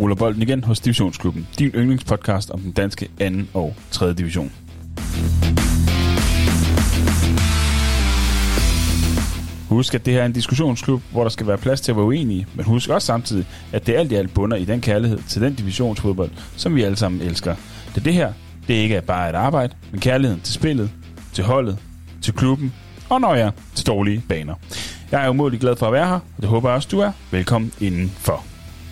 ruller bolden igen hos Divisionsklubben, din yndlingspodcast om den danske 2. og 3. division. Husk, at det her er en diskussionsklub, hvor der skal være plads til at være uenige, men husk også samtidig, at det alt i alt bunder i den kærlighed til den divisionsfodbold, som vi alle sammen elsker. Det her, det ikke er bare et arbejde, men kærligheden til spillet, til holdet, til klubben og til dårlige baner. Jeg er umådelig glad for at være her, og det håber jeg også, du er. Velkommen indenfor.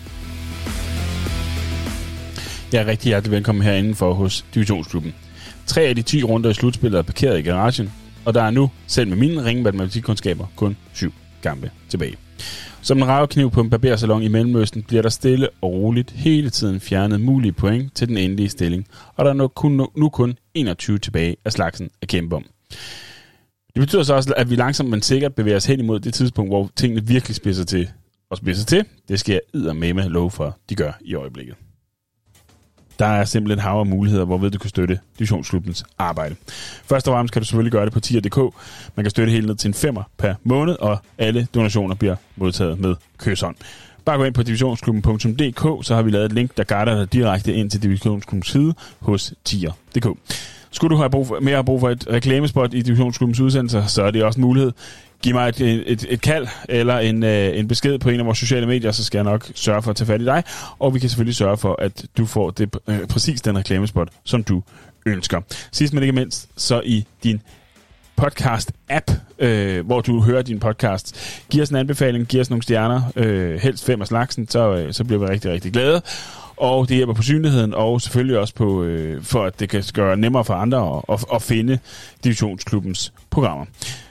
Jeg er rigtig hjertelig velkommen her indenfor hos Divisionsklubben. 3 af de 10 runder i slutspillet er parkeret i garagen, og der er nu, selv med mine ringe matematikkundskaber, kun 7 kampe tilbage. Som en ravekniv på en barbersalon i Mellemøsten bliver der stille og roligt hele tiden fjernet mulige point til den endelige stilling, og der er nu kun 21 tilbage af slagsen at kæmpe om. Det betyder så også, at vi langsomt men sikkert bevæger os hen imod det tidspunkt, hvor tingene virkelig spidser til. Og spidser til, det skal jeg eddermame love for, de gør i øjeblikket. Der er simpelthen hav af muligheder, hvorved du kan støtte Divisionsklubbens arbejde. Først og fremmest kan du selvfølgelig gøre det på tier.dk. Man kan støtte helt ned til en 5 per måned, og alle donationer bliver modtaget med kyshånd. Bare gå ind på divisionsklubben.dk, så har vi lavet et link, der guider dig direkte ind til Divisionsklubbens side hos tier.dk. Skulle du have brug for et reklamespot i Divisionsklubbens udsendelser, så er det også en mulighed. Giv mig et kald eller en besked på en af vores sociale medier, så skal jeg nok sørge for at tage fat i dig. Og vi kan selvfølgelig sørge for, at du får det, præcis den reklamespot, som du ønsker. Sidst men ikke mindst, så i din podcast-app, hvor du hører din podcast. Giv os en anbefaling, giv os nogle stjerner, helst 5 af slagsen, så bliver vi rigtig, rigtig glade. Og det hjælper på synligheden, og selvfølgelig også på, for at det kan gøre nemmere for andre at finde Divisionsklubbens programmer.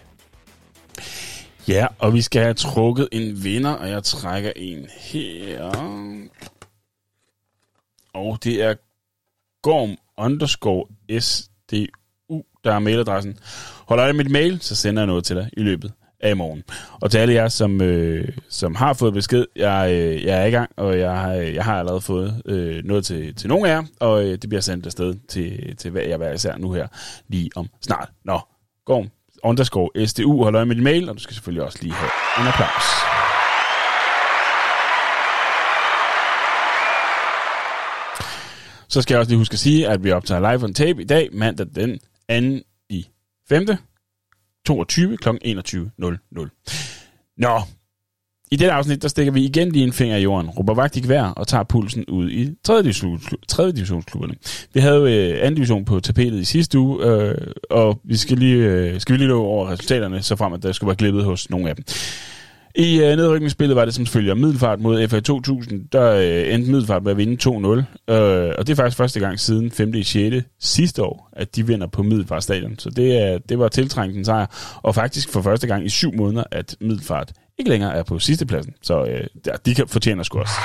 Ja, og vi skal have trukket en vinder, og jeg trækker en her. Og det er Gorm_SDU, der er mailadressen. Hold øje med dit mail, så sender jeg noget til dig i løbet af i morgen. Og til alle jer, som har fået besked, jeg er i gang, og jeg har allerede fået noget til nogle af jer, og det bliver sendt afsted til hvad jeg vil især nu her, lige om snart. Nå, Gorm_SDU, hold øje med din mail, og du skal selvfølgelig også lige have en applaus. Så skal jeg også lige huske at sige, at vi optager live on tape i dag, mandag den 2.5. 22 kl. 21.00. Nå, i dette afsnit, der stikker vi igen lige en finger i jorden, råber vagt i gevær og tager pulsen ud i 3. divisionsklubberne. Vi havde jo 2. division på tapetet i sidste uge, og vi skal vi lige nå over resultaterne, så frem at der skulle være glippet hos nogle af dem. I nedrykningsspillet var det som følger Middelfart mod FA 2000, der endte Middelfart med at vinde 2-0, og det er faktisk første gang siden 5. i 6. sidste år, at de vinder på Middelfart Stadion. Så det var tiltrængt en sejr, og faktisk for første gang i 7 måneder, at Middelfart ikke længere er på sidste pladsen. Så de fortjener sgu også.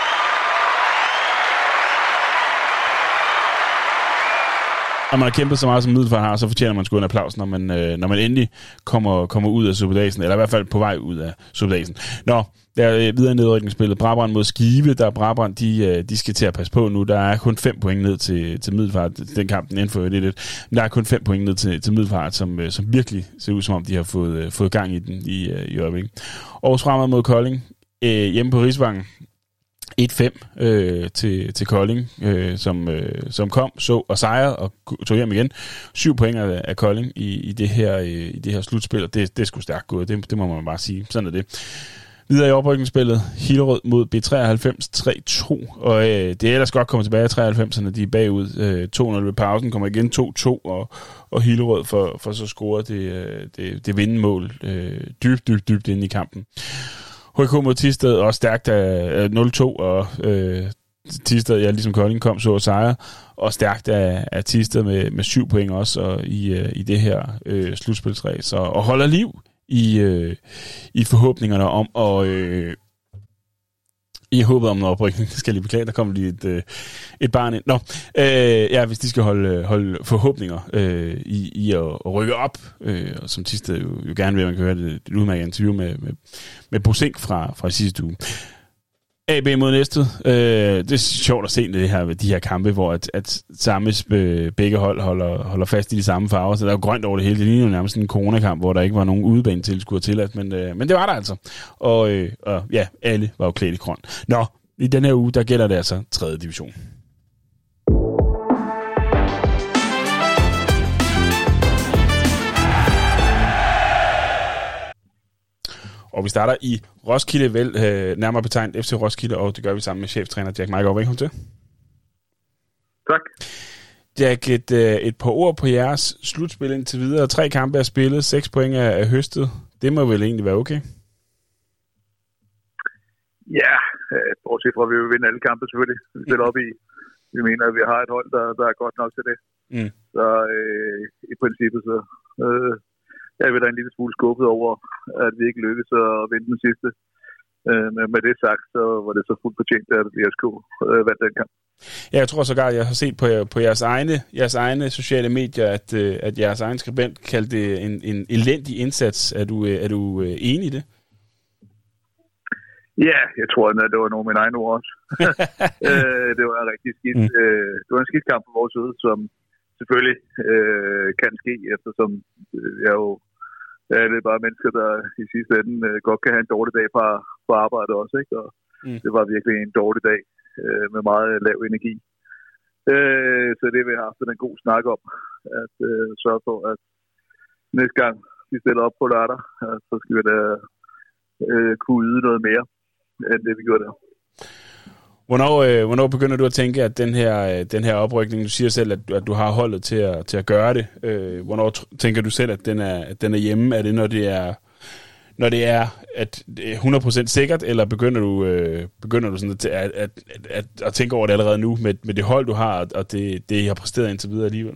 Når man har kæmpet så meget som Middelfart har, så fortjener man sgu en applaus, når man endelig kommer ud af suppedasen, eller i hvert fald på vej ud af suppedasen. Nå, der er videre i nedrykningsspillet. Brabrand mod Skive, der er Brabrand, de skal til at passe på nu. Der er kun 5 point ned til Middelfart. Den kamp, den indfører det lidt. Men der er kun 5 point ned til Middelfart, som virkelig ser ud som om, de har fået gang i den i øjeblikket. Aarhus Fremad mod Kolding, hjemme på Rigsvangen. 1-5 til Kolding, som kom, så og sejrede og tog hjem igen. 7 point af Kolding i det her slutspil, og det er sgu stærkt gået. Det må man bare sige. Sådan er det. Videre i oprykningsspillet, Hillerød mod B93 3-2, og det er ellers godt kommet tilbage af 93'erne, de er bagud 2-0 ved pausen, kommer igen 2-2, og Hillerød for så scorer det vindemål dybt inde i kampen. HK mod Thisted også stærkt af 0-2, og Thisted, ligesom Kolding kom, så sejre, og stærkt af Thisted med 7 point også og i det her slutspilsræs, og holder liv i forhåbningerne om i håbet om en oprykning. Det skal jeg lige beklage, der kommer lige et barn ind. Nå, hvis de skal holde forhåbninger i at rykke op, og som Thisted jo gerne vil, man kan høre det udmærket interview med Bosink fra sidste uge. AB mod Næstved. Det er sjovt at se de her kampe, hvor at samme begge hold holder fast i de samme farver, så der er jo grønt over det hele. Det ligner jo nærmest en coronakamp, hvor der ikke var nogen udebanetilskuere tilladt, men det var der altså. Og alle var jo klædt i grønt. Nå, I den her uge, der gælder det altså 3. division. Og vi starter i Roskilde, nærmere betegnet FC Roskilde, og det gør vi sammen med cheftræner Jack Meigaard. Velkommen til. Tak. Jack, et par ord på jeres slutspil indtil videre. 3 kampe er spillet, 6 point er høstet. Det må vel egentlig være okay? Ja, bortset fra, at vi vil vinde alle kampe selvfølgelig. Vi stiller op i. Vi mener, at vi har et hold, der er godt nok til det. Så i princippet så jeg er da en lille smule skuffet over, at vi ikke lykkedes at vinde den sidste. Men med det sagt, så var det så fuldt fortjent, at VSK vandt den kamp. Ja, jeg tror sågar, jeg har set på jeres egne sociale medier, at jeres egen skribent kaldte det en elendig indsats. Er du enig i det? Ja, jeg tror, at det var nogle af mine egne ord også. Det var en rigtig skidt. Det var en skidt kamp på vores side, som selvfølgelig kan ske, eftersom jeg jo det er bare mennesker, der i sidste ende godt kan have en dårlig dag på arbejde også, ikke? Og det var virkelig en dårlig dag med meget lav energi. Så det vil jeg have haft en god snak om, at sørge for, at næste gang vi stiller op på lørdag, så skal vi da kunne yde noget mere, end det vi gjorde der. Hvornår begynder du at tænke, at den her oprykning, du siger selv, at du har holdet til at gøre det. Hvornår tænker du selv, at den er hjemme? Er det, når det er at 100% sikkert, eller begynder du sådan at tænke over det allerede nu, med det hold, du har, og det I har præsteret indtil videre alligevel?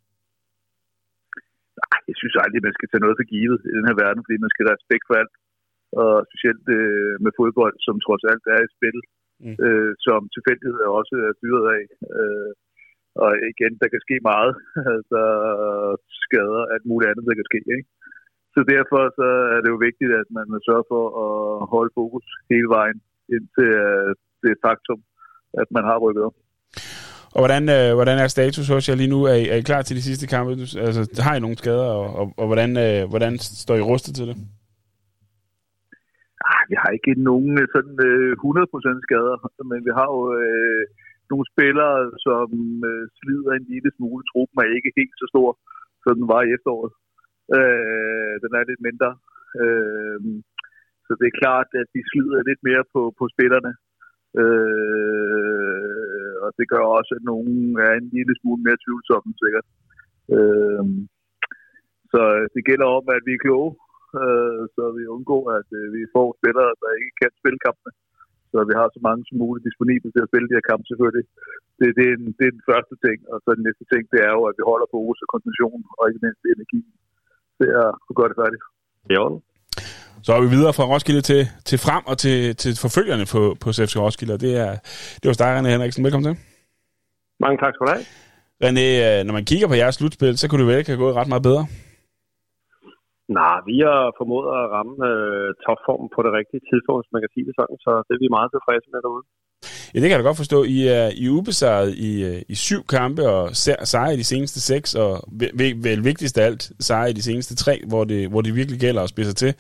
Nej, jeg synes aldrig, man skal tage noget for givet i den her verden, fordi man skal have respekt for alt. Og specielt med fodbold, som trods alt er et spil, som tilfældighed også er styret af. Og igen, der kan ske meget, altså skader, alt muligt andet, der kan ske, ikke? Så derfor så er det jo vigtigt, at man sørger for at holde fokus hele vejen indtil det faktum, at man har rykket op. Og hvordan er status hos jer lige nu? Er I klar til de sidste kampe? Altså, har I nogle skader, og hvordan står I rustet til det? Vi har ikke nogen sådan 100% skader, men vi har jo nogle spillere, som slider en lille smule. Truppen er ikke helt så stor, som den var i efteråret. Den er lidt mindre. Så det er klart, at de slider lidt mere på spillerne. Og det gør også, at nogen er en lille smule mere tvivlsomme, sikkert. Så det gælder om, at vi er kloge, så vi undgår, at vi får spillere, der ikke kan spille kampene. Så vi har så mange som muligt disponible til at spille de her kampe, selvfølgelig. Det er den første ting, og så den næste ting, det er jo, at vi holder fokus og koncentration, og ikke mindst energi til at kunne gøre det færdigt. Ja. Så er vi videre fra Roskilde til Frem og til forfølgerne på FC Roskilde, og det er hos dig, René Henriksen. Velkommen til. Mange tak skal du have. René, når man kigger på jeres slutspil, så kunne det vel ikke have gået ret meget bedre? Nej, vi har formået at ramme topformen på det rigtige tidspunkt, hvis man kan sige det sådan, så det er vi meget tilfredse med derude. Ja, det kan jeg da godt forstå. I er ubesejret i 7 kampe og sejre i de seneste 6, og vel vigtigst af alt sejre i de seneste 3, hvor det virkelig gælder at spidse til.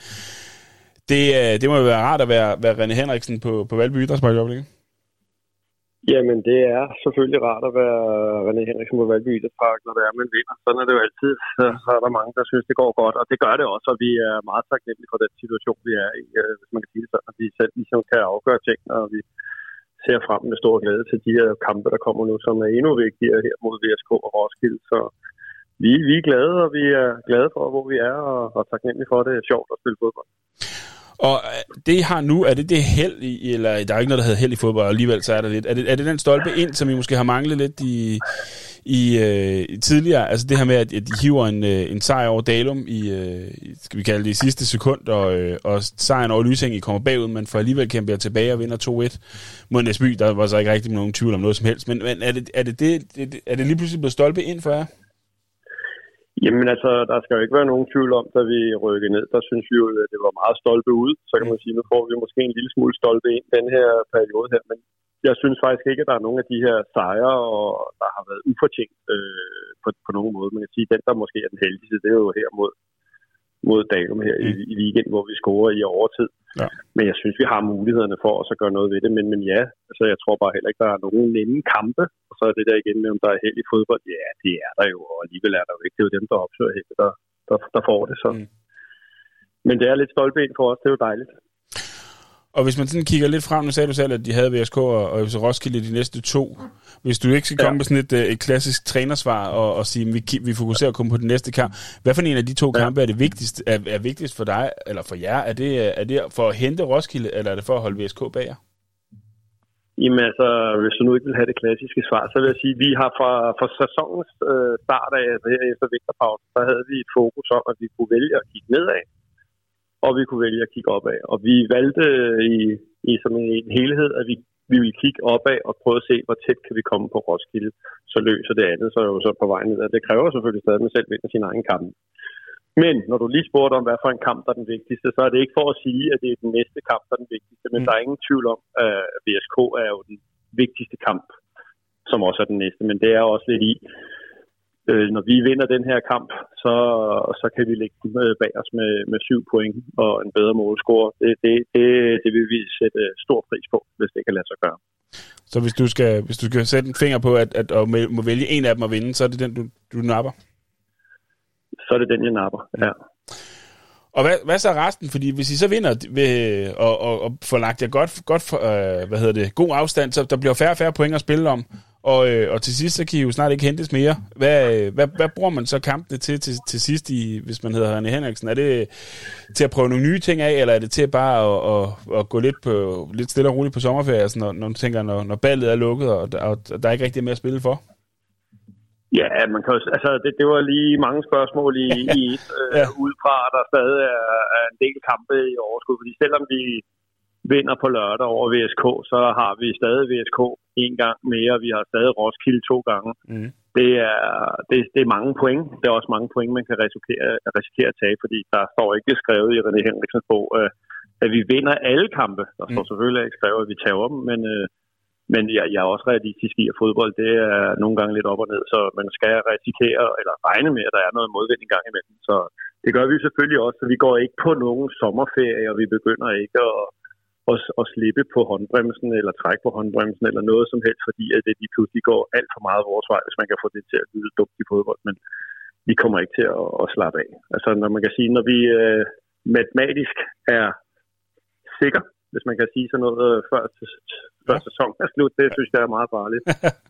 Det må jo være rart at være René Henriksen på Valby Idrætspark i øjeblikket. Jamen, det er selvfølgelig rart at være René Henriksen på Valby Idrætspark, når det er, man vinder. Sådan er det jo altid. Så er der mange, der synes, det går godt, og det gør det også, og vi er meget taknemmelige for den situation, vi er i, hvis man kan sige det sådan, at vi selv ligesom kan afgøre ting, og vi ser frem med stor glæde til de her kampe, der kommer nu, som er endnu vigtigere her mod VSK og Roskilde. Så vi er glade, og vi er glade for, hvor vi er, og taknemmelige for, at det er sjovt at spille fodbold. Og det I har nu, er det held i, eller der er ikke noget, der hedder held i fodbold, og alligevel så er der lidt. Er det den stolpe ind, som I måske har manglet lidt i tidligere? Altså det her med, at I hiver en sejr over Dalum i, skal vi kalde det, i sidste sekund, og sejren over Lysing, I kommer bagud, men for alligevel kæmper jeg tilbage og vinder 2-1 mod Næsby. Der var så ikke rigtig nogen tvivl om noget som helst. Men er det lige pludselig blevet stolpe ind for jer? Jamen altså, der skal jo ikke være nogen tvivl om, da vi rykkede ned, der synes vi jo, at det var meget stolpe ud. Så kan man sige, nu får vi måske en lille smule stolpe ind den her periode her, men jeg synes faktisk ikke, at der er nogen af de her sejre, der har været ufortjent på nogen måde. Man kan sige, at den, der måske er den heldigste, det er jo her mod Dalum her i weekenden, hvor vi scorer i overtid. Ja. Men jeg synes, vi har mulighederne for os at gøre noget ved det. Men ja, altså, jeg tror bare heller ikke, der er nogen nemme kampe. Og så er det der igen med, om der er held i fodbold. Ja, det er der jo, og alligevel er der jo ikke. Det er jo dem, der opsøger held, der får det. Så. Men det er lidt stolpen for os, det er jo dejligt. Og hvis man sådan kigger lidt frem, nu sagde du selv, at de havde VSK og FC Roskilde de næste 2. Hvis du ikke skal komme med sådan et klassisk trænersvar og sige, at vi fokuserer kun på den næste kamp. Hvad for en af de 2 kampe er det vigtigst, er vigtigst for dig, eller for jer? Er det for at hente Roskilde, eller er det for at holde VSK bag jer? Jamen altså, hvis du nu ikke vil have det klassiske svar, så vil jeg sige, at vi har fra sæsonens start af, altså her efter vinterpausen, så havde vi et fokus om, at vi kunne vælge at kigge nedad, og vi kunne vælge at kigge opad. Og vi valgte i som en helhed, at vi ville kigge opad og prøve at se, hvor tæt kan vi komme på Roskilde. Så løser det andet, så er jo så på vejen ned. Det kræver selvfølgelig stadig, at man selv vinder sin egen kamp. Men når du lige spurgte om, hvad for en kamp, der er den vigtigste, så er det ikke for at sige, at det er den næste kamp, der er den vigtigste. Men der er ingen tvivl om, at VSK er jo den vigtigste kamp, som også er den næste. Men det er også lidt i, når vi vinder den her kamp, så kan vi ligge bag os med 7 point og en bedre målscore. Det vil vi sætte stor pris på, hvis det kan lade sig gøre. Så hvis du skal sætte en finger på, at må vælge en af dem at vinde, så er det den, du napper? Så er det den, jeg napper, ja. Og hvad så resten? Fordi hvis I så vinder og får lagt jer god afstand, så der bliver færre point at spille om. Og til sidst, så kan I jo snart ikke hentes mere. Hvad bruger man så kampene til sidst, hvis man hedder René Henriksen? Er det til at prøve nogle nye ting af, eller er det til bare at gå lidt stille og roligt på sommerferie, altså når du tænker, når ballet er lukket, og der er ikke rigtig mere at spille for? Ja, man kan også, altså det var lige mange spørgsmål i et, udefra, der stadig er en del kampe i overskud, fordi selvom vi vinder på lørdag over VSK, så har vi stadig VSK en gang mere, vi har stadig Roskilde 2 gange. Det er mange point, det er også mange point, man kan risikere at tage, fordi der står ikke skrevet i René Henriksens bog, at vi vinder alle kampe. Der står selvfølgelig ikke skrevet, at vi tager dem, men jeg er også realistisk i, at fodbold, det er nogle gange lidt op og ned, så man skal risikere, eller regne med, at der er noget modvind en gang imellem. Så det gør vi selvfølgelig også, så vi går ikke på nogen sommerferie, og vi begynder ikke at slippe på håndbremsen, eller trække på håndbremsen, eller noget som helst, fordi at de pludselig går alt for meget vores vej, hvis man kan få det til at lyde dumt i fodbold, men vi kommer ikke til at slappe af. Altså, når man kan sige, når vi matematisk er sikre, hvis man kan sige sådan noget før sæsonen er slut, det synes jeg er meget farligt.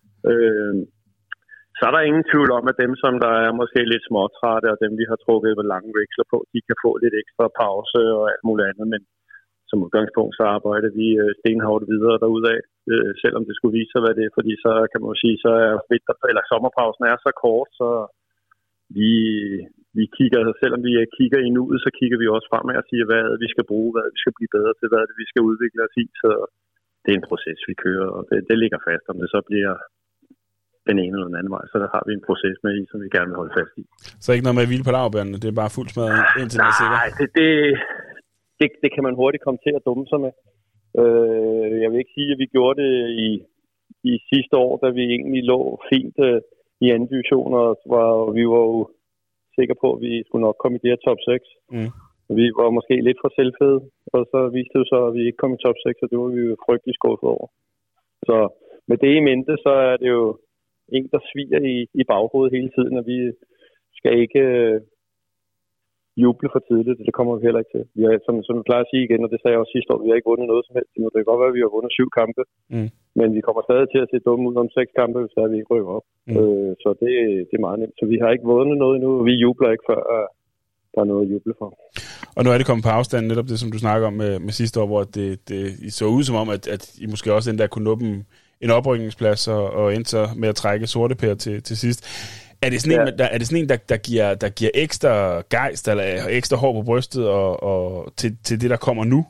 Så er der ingen tvivl om, at dem, som der er måske lidt småtrætte, og dem, vi har trukket ved lange veksler på, de kan få lidt ekstra pause og alt muligt andet, men som udgangspunkt, så arbejder vi stenhårdt videre derudad, selvom det skulle vise sig, hvad det er, fordi så kan man jo sige, så er sommerpausen er så kort, så vi kigger, selvom vi kigger i nuet, så kigger vi også fremad og siger, hvad vi skal bruge, hvad vi skal blive bedre til, hvad det vi skal udvikle os i, så det er en proces, vi kører, og det ligger fast, om det så bliver den ene eller den anden vej, så der har vi en proces med i, som vi gerne vil holde fast i. Så ikke noget med at hvile på laurbærrene, det er bare fuldt smadret indtil det er sikkert? Nej, det kan man hurtigt komme til at dumme sig med. Jeg vil ikke sige, at vi gjorde det i sidste år, da vi egentlig lå fint i anden division, og vi var jo sikre på, at vi skulle nok komme i det her top 6. Vi var måske lidt for selvfede, og så viste det så, at vi ikke kom i top 6, og det var vi jo frygtelig skuffet over. Så med det i mente, så er det jo en, der sviger i baghovedet hele tiden, og vi skal ikke juble for tidligt, det kommer vi heller ikke til. Vi har, som jeg plejer at sige igen, og det sagde jeg også sidste år, vi har ikke vundet noget som helst. Det kan godt være, at vi har vundet 7 kampe, men vi kommer stadig til at se dumme ud om 6 kampe, hvis vi ikke rykker op. Så det er meget nemt. Så vi har ikke vundet noget endnu, og vi jubler ikke, før der er noget at juble for. Og nu er det kommet på afstand, netop det, som du snakker om med sidste år, hvor det så ud som om, at I måske også den der kunne nå dem en oprykningsplads og endte så med at trække sortepær til sidst. Er det sådan en, der giver ekstra gejst eller ekstra hår på brystet og til det, der kommer nu?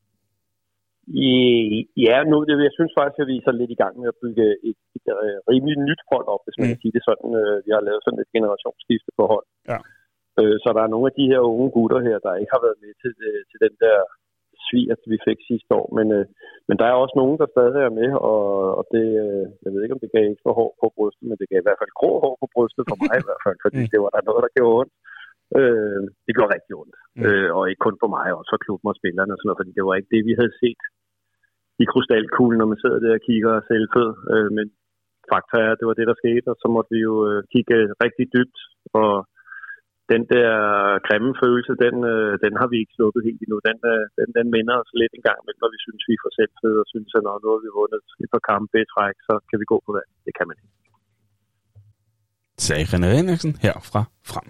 Ja, nu jeg synes faktisk, at vi er så lidt i gang med at bygge et rimelig nyt hold op, hvis man kan sige det sådan. Vi har lavet sådan et generationsskifte på hold. Ja. Så der er nogle af de her unge gutter her, der ikke har været med til den der svir, vi fik sidste år. Men der er også nogen, der stadig er med, og det, jeg ved ikke, om det gav ekstra hår på brystet, men det gav i hvert fald grå hår på brystet for mig i hvert fald, fordi det var der noget, der gjorde ondt. Det gjorde rigtig ondt. Og ikke kun for mig, også for klubben og spillerne og sådan noget, fordi det var ikke det, vi havde set i krystalkuglen, når man sidder der og kigger selv fed. Men fakta er, at det var det, der skete, og så måtte vi jo kigge rigtig dybt. Og den der grimme følelse, den har vi ikke sluppet helt endnu. Den minder os lidt en gang, men når vi synes, vi er for selvfede, og synes, at når nu har vi vundet et par kampe i træk, så kan vi gå på vand. Det kan man ikke. Sagde René Henriksen herfra frem.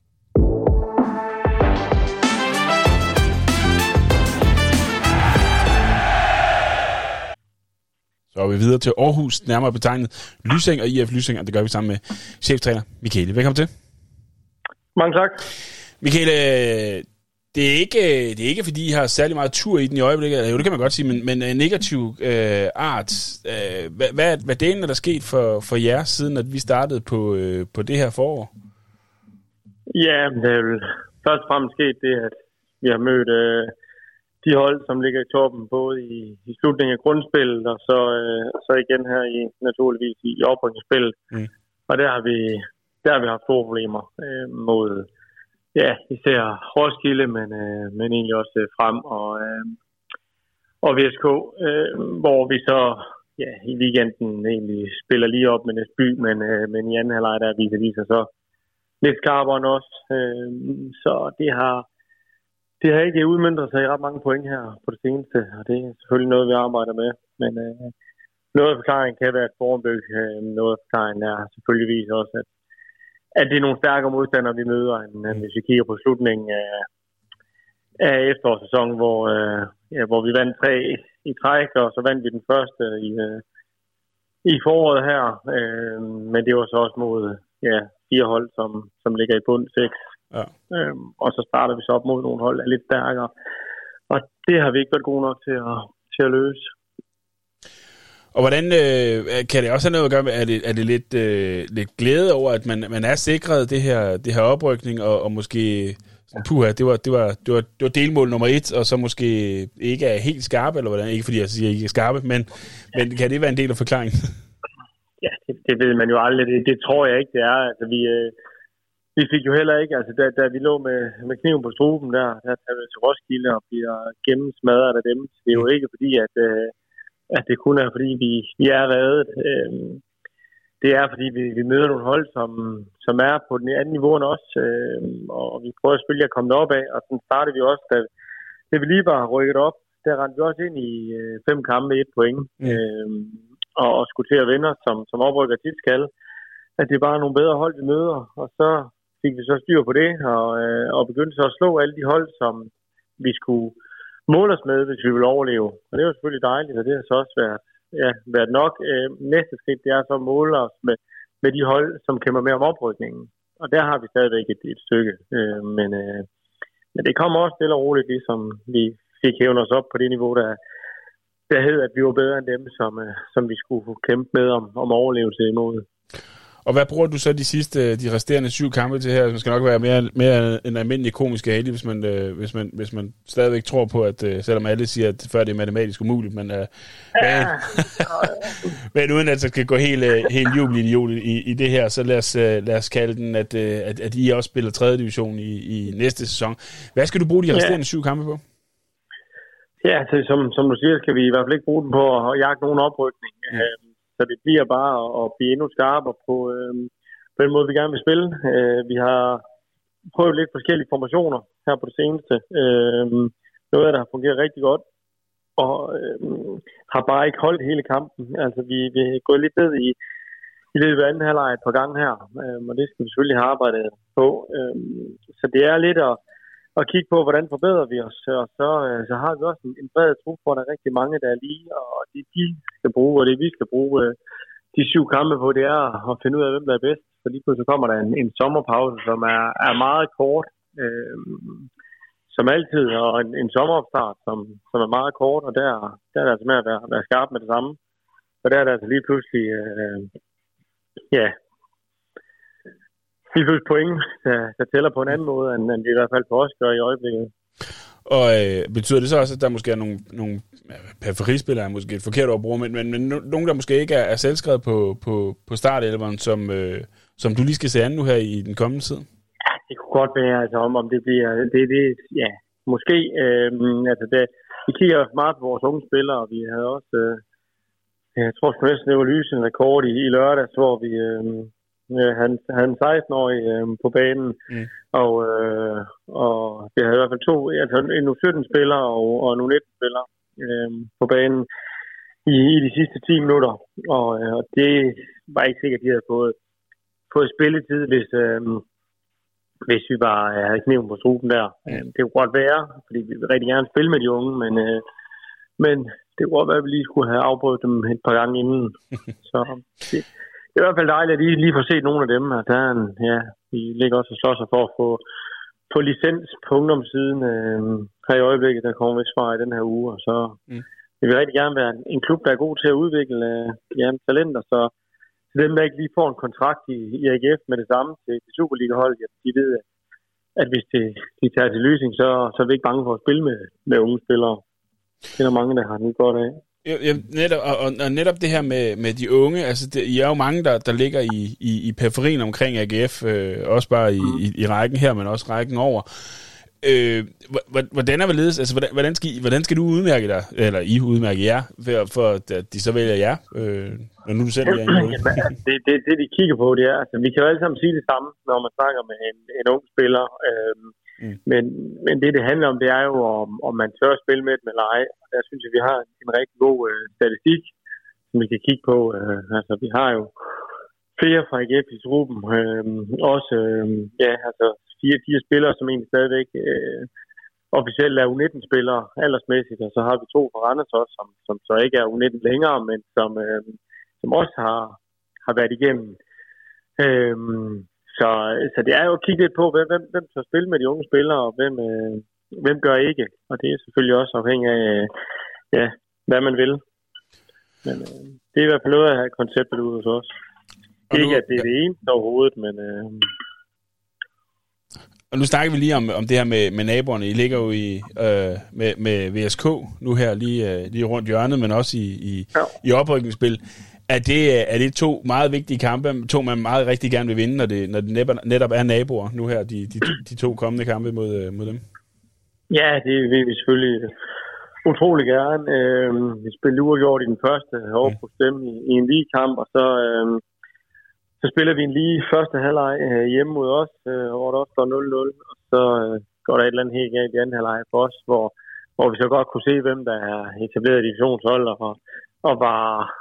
Så er vi videre til Aarhus, nærmere betegnet Lysing og IF Lysing, og det gør vi sammen med cheftræner Michele. Velkommen til. Mange tak. Michele, det er ikke fordi, I har særlig meget tur i den i øjeblikket. Jo, det kan man godt sige, men negativ art. Hvad delen er der sket for jer, siden at vi startede på det her forår? Ja, det er vel først og fremmest sket det, at vi har mødt de hold, som ligger i toppen, både i slutningen af grundspillet, og så igen her naturligvis i oprykningsspillet. Mm. Og der har vi haft store problemer mod især Roskilde, men egentlig også Frem og VSK, hvor vi så i weekenden egentlig spiller lige op med Næsby, men i anden halvleg der viser de sig så lidt skarpere end os. Så det har ikke udmøntret sig i ret mange point her på det seneste, og det er selvfølgelig noget, vi arbejder med. Men noget af forklaringen kan være et forbygg. Noget af forklaringen er selvfølgeligvis også, at det er nogle stærkere modstandere, vi møder, end hvis vi kigger på slutningen af efterårssæsonen, hvor vi vandt 3 i træk, og så vandt vi den første i foråret her. Men det var så også mod 4 hold, som ligger i bund 6. Ja. Og så starter vi så op mod nogle hold, der er lidt stærkere. Og det har vi ikke været gode nok til at løse. Og hvordan kan det også have noget at gøre med, er det lidt glæde over, at man er sikret det her oprykning, og måske det var delmål nummer 1, og så måske ikke er helt skarpe, eller hvordan? Ikke fordi jeg siger, at I ikke er skarpe, men kan det være en del af forklaringen? Ja, det ved man jo aldrig. Det tror jeg ikke, det er. Altså, vi fik jo heller ikke, altså da vi lå med kniven på struben der tager vi til Roskilde og bliver gennemsmadret af dem. Det er jo ikke fordi, at det kun er fordi, vi er reddet. Det er fordi, vi møder nogle hold, som er på den anden niveau end os, og vi prøver selvfølgelig at komme derop af, og sådan startede vi også, da vi lige var rykket op, der rendte vi også ind i 5 kampe med 1 point, og skulle til at vinde os, som oprykker tit skal, at det er bare nogle bedre hold, vi møder, og så fik vi så styr på det, og begyndte så at slå alle de hold, som vi skulle måle os med, hvis vi ville overleve. Og det var selvfølgelig dejligt, og det har så også været nok. Næste skridt, det er så at måle os med de hold, som kæmper med om oprykningen. Og der har vi stadigvæk et stykke. Men det kommer også stille og roligt, ligesom vi fik hævnet os op på det niveau, der hed, at vi var bedre end dem, som vi skulle kæmpe med om overlevelse imod. Og hvad bruger du så de resterende 7 kampe til her? Man skal nok være mere en almindelig komisk hale, hvis man stadigvæk tror på, at selvom alle siger, at før det er matematisk umuligt, men uden at det skal gå helt jubel i det her, så lad os kalde den, at I også spiller 3. division i næste sæson. Hvad skal du bruge de resterende 7 kampe på? Ja, så som du siger, skal vi i hvert fald ikke bruge den på at jagte nogen oprykning. Så det bliver bare at blive endnu skarpere på den måde, vi gerne vil spille. Vi har prøvet lidt forskellige formationer her på det seneste. Noget af det har fungeret rigtig godt, og har bare ikke holdt hele kampen. Altså, vi er gået lidt ned i løbet af anden halvleg et par gange her, og det skal vi selvfølgelig have arbejdet på. Så det er lidt at kigge på, hvordan forbedrer vi os. Og så har vi også en bred trup, hvor der er rigtig mange, der er lige, og det de skal bruge, og det vi skal bruge de 7 kampe på, det er at finde ud af, hvem der er bedst. For lige pludselig kommer der en sommerpause, som er meget kort, som altid, og en sommeropstart, som er meget kort, og der er det altså med at være skarp med det samme. Og der er det altså lige pludselig, lige pludselig point, der tæller på en anden måde, end vi i hvert fald på os gør i øjeblikket. Og betyder det så også, at der måske er nogle periferispillere, måske et forkert ord at bruge, men nogen, der måske ikke er selvskrevet på startelveren, som du lige skal se an nu her i den kommende tid? Ja, det kunne godt være, altså om det bliver, det måske, altså vi kigger meget på vores unge spillere, og vi havde også, jeg tror sgu næsten, det var lysen rekord i lørdags, hvor vi havde en 16-årig på banen, og vi havde i hvert fald en U17-spillere og en U19-spillere på banen i de sidste 10 minutter, og det var ikke sikkert, at de havde fået spilletid, hvis vi bare havde kniven på struben der. Det kunne godt være, fordi vi vil rigtig gerne spille med de unge, men det kunne godt være, at vi lige skulle have afbrudt dem et par gange inden. Så det er i hvert fald dejligt, at I lige får set nogle af dem. Vi ligger også og slår sig for at få licens på ungdomssiden her i øjeblikket, der kommer vist fra i den her uge. Og så vil vi rigtig gerne være en klub, der er god til at udvikle talenter, så dem, der ikke lige får en kontrakt i AGF med det samme til Superliga-holdet, de ved, at hvis de tager til Lysing, så er vi ikke bange for at spille med unge spillere. Det er der mange, der har nyt godt af. Netop det her med de unge, altså I er jo mange, der ligger i periferien omkring AGF, også bare i rækken her, men også rækken over. Hvordan er det, altså hvordan skal du udmærke dig, eller I udmærke jer, for at de så vælger jer, når nu du selv er det de kigger på, det er, altså vi kan jo alle sammen sige det samme, når man snakker med en ung spiller, men det handler om, det er jo, om man tør at spille med dem eller ej, og der synes jeg, vi har en rigtig god statistik, som vi kan kigge på. Altså vi har jo flere fra AGF i truppen, også fire spillere, som egentlig stadigvæk officielt er U19-spillere aldersmæssigt, og så har vi 2 fra Randers også, som så ikke er U19 længere, men som også har været igennem. Så det er jo at kigge lidt på, hvem skal spille med de unge spillere, og hvem gør ikke. Og det er selvfølgelig også afhængig af, hvad man vil. Men det er i hvert fald noget af konceptet ude hos os. Ikke at det er det eneste overhovedet, men... Og nu snakker vi lige om det her med naboerne. I ligger jo med VSK nu her lige rundt hjørnet, men også i oprykningsspil. Er det 2 meget vigtige kampe, 2 man meget rigtig gerne vil vinde, når det netop er naboer nu her, de 2 kommende kampe mod dem? Ja, det vil vi selvfølgelig utrolig gerne. Vi spillede uafgjort i den første over på stemme i en ligekamp, og så spiller vi en lige første halvleg hjemme mod os, hvor der også står 0-0, og så går der et eller andet helt galt i anden halvleg for os, hvor vi så godt kunne se, hvem der er etableret divisionshold, og var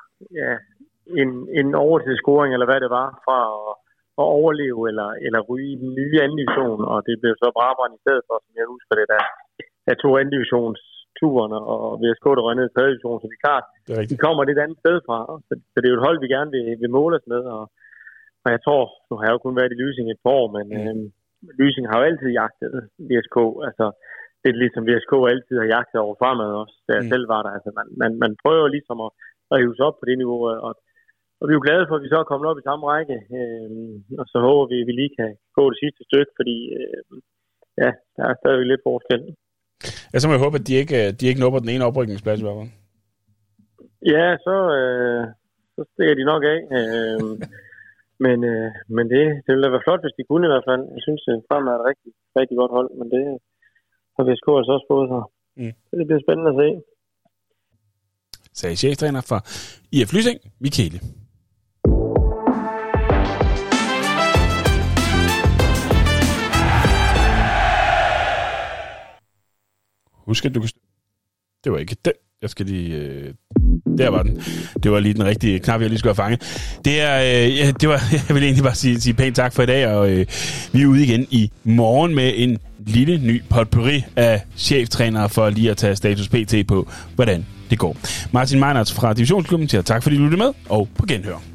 en overtidsscoring, eller hvad det var, fra at overleve eller ryge i den nye anden division, og det blev så Brabrand i stedet for, som jeg husker det, der 2 anden divisionsturene, og VSK, der røg ned i 3. division, så det er klart, de kommer lidt andet sted fra, så det er jo et hold, vi gerne vil måle os med, og jeg tror, nu har jeg jo kun været i Lysing et par år, men Lysing har jo altid jagtet VSK. Altså, det er ligesom VSK altid har jagtet over fremad også, da jeg selv var der. Altså, man prøver ligesom at hive sig op på det niveau, og vi er jo glade for, at vi så er kommet op i samme række. Og så håber vi, at vi lige kan gå det sidste stykke, fordi der er stadig lidt forskel. Ja, så må jeg håbe, at de ikke nupper den ene oprykningsplads i hvert fald. Ja, så stikker de nok af. Men det ville da være flot, hvis de kunne i hvert fald. Jeg synes, at frem er et rigtig, rigtig godt hold, men det har VSK altså også fået sig. Så det bliver spændende at se. Sagde cheftræner for IF Lysing, Michele. Husk, at du kan... Det var ikke den. Jeg skal lige... Der var den. Det var lige den rigtige knap, jeg lige skulle have fanget. Jeg vil egentlig bare sige pænt tak for i dag, og vi er ude igen i morgen med en lille ny potpourri af cheftrænere for lige at tage status PT på, hvordan det går. Martin Meinertz fra Divisionsklubben siger tak, fordi du lyttede med, og på genhør.